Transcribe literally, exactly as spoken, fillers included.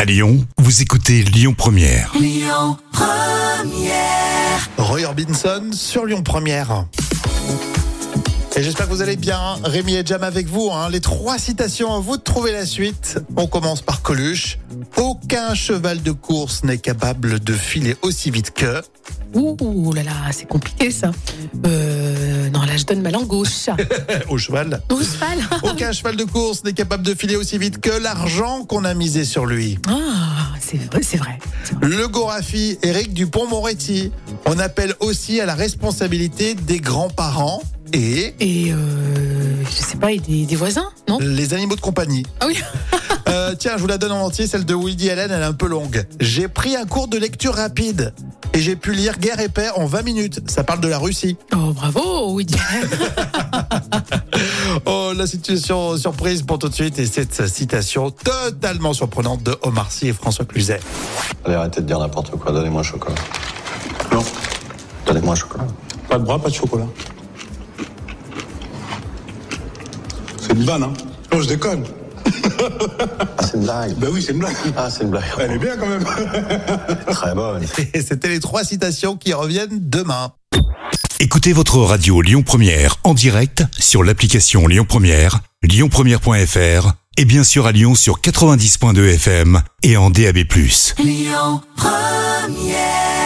À Lyon, vous écoutez Lyon Première. Lyon Première. Roy Orbison sur Lyon Première. Et j'espère que vous allez bien. Rémi et Jam avec vous. Hein. Les trois citations, à vous de trouver la suite. On commence par Coluche. Aucun cheval de course n'est capable de filer aussi vite que... Ouh là là, c'est compliqué ça. Euh, non, là je donne ma langue gauche. Au cheval. Au cheval. Aucun cheval de course n'est capable de filer aussi vite que l'argent qu'on a misé sur lui. Ah, c'est vrai, c'est vrai. c'est vrai. Le Gorafi, Éric Dupond-Moretti. On appelle aussi à la responsabilité des grands-parents et... Et euh, je sais pas, et des, des voisins, non? les animaux de compagnie. Ah oui. Euh, tiens, je vous la donne en entier, celle de Woody Allen, elle est un peu longue. J'ai pris un cours de lecture rapide et j'ai pu lire Guerre et paix en vingt minutes. Ça parle de la Russie. Oh bravo, oui. Oh, la situation surprise pour tout de suite et cette citation totalement surprenante de Omar Sy et François Cluzet. Allez, arrêtez de dire n'importe quoi, donnez-moi un chocolat. Non, donnez-moi un chocolat. Pas de bras, pas de chocolat. C'est une vanne, hein? Non, je déconne. Ah, c'est une blague. Ben oui, c'est une blague. Ah, c'est une blague. Elle est bien quand même. Très bonne. Et c'était les trois citations qui reviennent demain. Écoutez votre radio Lyon Première en direct sur l'application Lyon Première, lyon première point f r et bien sûr à Lyon sur quatre-vingt-dix point deux F M et en D A B plus. Lyon Première.